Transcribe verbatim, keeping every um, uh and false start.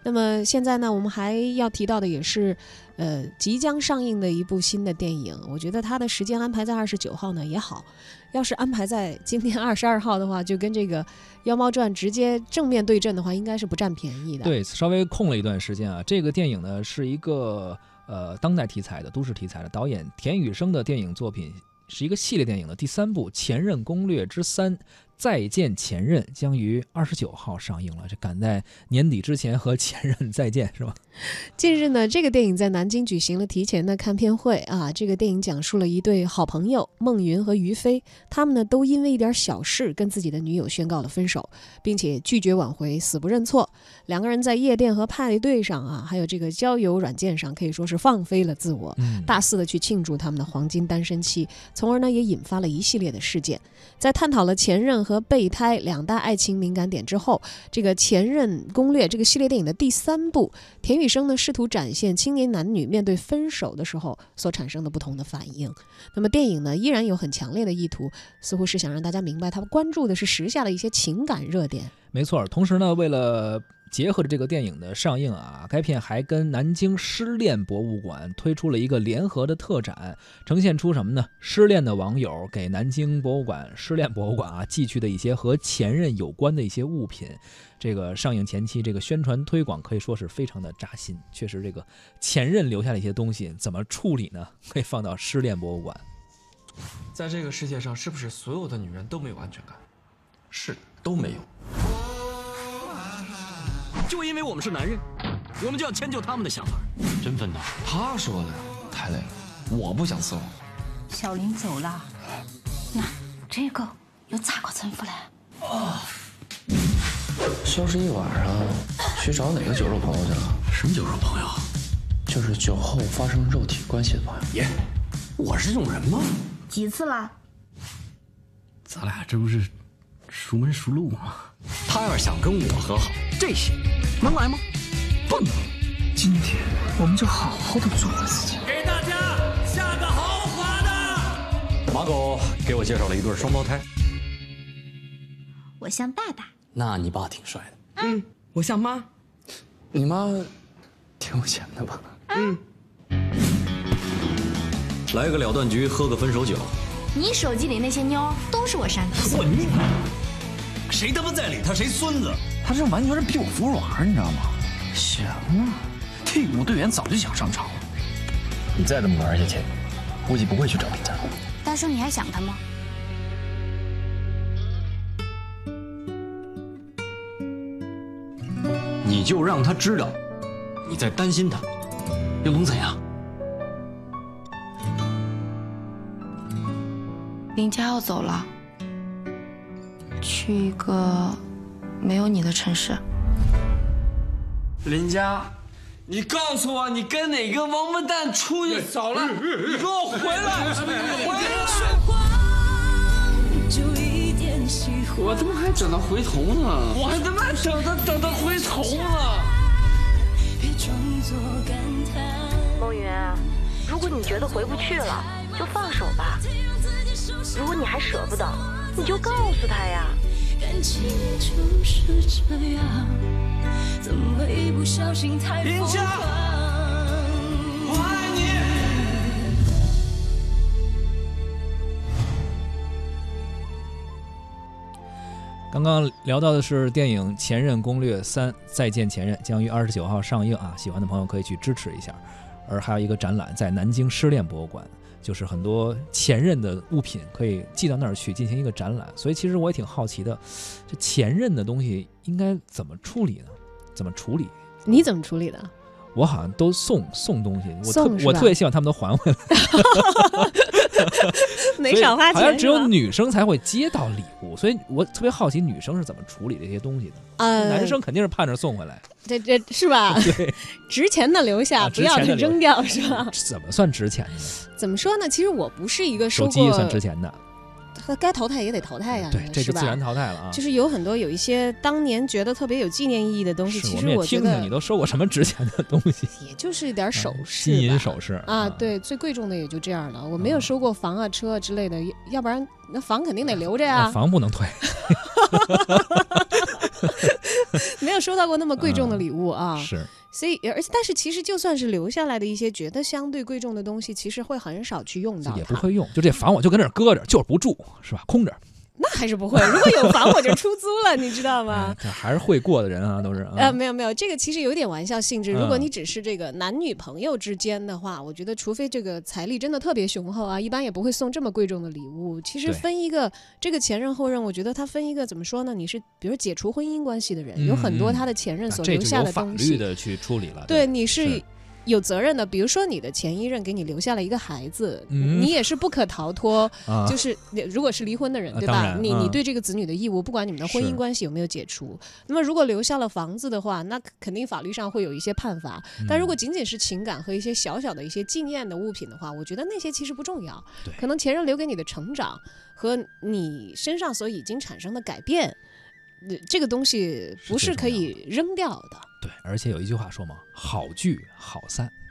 那么现在呢，我们还要提到的也是，呃，即将上映的一部新的电影。我觉得它的时间安排在二十九号呢也好，要是安排在今天二十二号的话，就跟这个《妖猫传》直接正面对阵的话，应该是不占便宜的。 对，稍微空了一段时间啊。这个电影呢是一个呃当代题材的、都市题材的，导演田雨生的电影作品，是一个系列电影的第三部《前任攻略之三》。再见前任将于二十九号上映了，这赶在年底之前和前任再见是吧？ 近日呢，这个电影在南京举行了提前的看片会啊。这个电影讲述了一对好朋友孟云和于飞，他们呢都因为一点小事跟自己的女友宣告了分手，并且拒绝挽回，死不认错。两个人在夜店和派对上啊，还有这个交友软件上，可以说是放飞了自我， 嗯、 大肆的去庆祝他们的黄金单身期，从而呢也引发了一系列的事件。在探讨了前任和备胎两大爱情敏感点之后，这个《前任攻略》这个系列电影的第三部，田雨生呢试图展现青年男女面对分手的时候所产生的不同的反应。那么电影呢依然有很强烈的意图，似乎是想让大家明白他关注的是时下的一些情感热点。 没错，同时呢，为了结合着这个电影的上映啊，该片还跟南京失恋博物馆推出了一个联合的特展，呈现出什么呢？失恋的网友给南京博物馆失恋博物馆啊寄去的一些和前任有关的一些物品。这个上映前期这个宣传推广可以说是非常的扎心，确实这个前任留下的一些东西怎么处理呢？可以放到失恋博物馆。 在这个世界上，是不是所有的女人都没有安全感？是，都没有。 就因为我们是男人，我们就要迁就他们的想法。真愤怒！ 他说的太累了，我不想伺候。 小林走了，那这个又咋个称呼嘞？ 啊！消失一晚上，去找哪个酒肉朋友去了？ 什么酒肉朋友？ 就是酒后发生肉体关系的朋友。 爷，我是这种人吗？ 几次了？ 咱俩这不是熟门熟路吗？他要是想跟我和好，这些能来吗？不能。 今天我们就好好的做我自己。 给大家下个豪华的。 马狗给我介绍了一对双胞胎。 我像爸爸。 那你爸挺帅的。 嗯，我像妈。 你妈挺有钱的吧？ 嗯。 来个了断局，喝个分手酒。 你手机里那些妞都是我删的。 混命！谁他妈在理他谁孙子？ 他这完全是逼我服软，你知道吗？行啊，替补队员早就想上场了。 你再这么玩下去，估计不会去找比赛。 大叔，你还想他吗？ 你就让他知道你在担心他，又能怎样？ 林佳要走了，去一个没有你的城市。 林佳，你告诉我你跟哪个王八蛋出去走了？你给我回来！回来！我他妈还等他回头呢！我还他妈等他等他回头呢！ 梦云，如果你觉得回不去了，就放手吧。如果你还舍不得，你就告诉他呀。感情就是这样，怎么会不小心太疯狂？ 我爱你。 刚刚聊到的是电影《前任攻略三：再见前任》，将于二十九号上映啊，喜欢的朋友可以去支持一下。而还有一个展览在南京失恋博物馆，就是很多前任的物品可以寄到那儿去进行一个展览。所以其实我也挺好奇的，这前任的东西应该怎么处理呢？怎么处理？ 你怎么处理的？ 我好像都送送东西，我送特我特别希望他们都还回来。 没少花钱， 好像只有女生才会接到礼物，所以我特别好奇女生是怎么处理这些东西的。呃，男生肯定是盼着送回来， 这这是吧？ 对， 值钱的留下， 啊、 不要的扔掉，是吧？ 怎么算值钱的呢？ 怎么说呢？其实我不是一个手机算值钱的。 他该淘汰也得淘汰呀， 对，这就自然淘汰了啊。 就是有很多有一些当年觉得特别有纪念意义的东西，其实我觉得听听你都收过什么值钱的东西， 也就是一点首饰、 金银首饰啊。对，最贵重的也就这样了。我没有收过房啊、车啊之类的，要不然那房肯定得留着呀。 房不能退。 没有收到过那么贵重的礼物啊。 嗯、是。 所以，而且，但是其实就算是留下来的一些觉得相对贵重的东西，其实会很少去用到它， 也不会用。就这房我就跟这儿搁着，就是不住，是吧？空着。 那还是不会，如果有房我就出租了，你知道吗？ 哎、还是会过的人啊，都是。啊、 呃，没有没有，这个其实有点玩笑性质。如果你只是这个男女朋友之间的话，嗯、我觉得除非这个财力真的特别雄厚啊，一般也不会送这么贵重的礼物。其实分一个这个前任后任，我觉得他分一个怎么说呢？你是比如解除婚姻关系的人，嗯、有很多他的前任所留下的东西， 啊、这就有法律的去处理了。 对，你是。有责任的，比如说你的前一任给你留下了一个孩子，嗯、你也是不可逃脱。啊、就是如果是离婚的人，对吧？ 啊、 你你对这个子女的义务，不管你们的婚姻关系有没有解除，那么如果留下了房子的话，那肯定法律上会有一些判罚。嗯、但如果仅仅是情感和一些小小的一些纪念的物品的话，我觉得那些其实不重要。可能前任留给你的成长和你身上所已经产生的改变，这个东西不是可以扔掉的。 对，而且有一句话说嘛，好聚好散。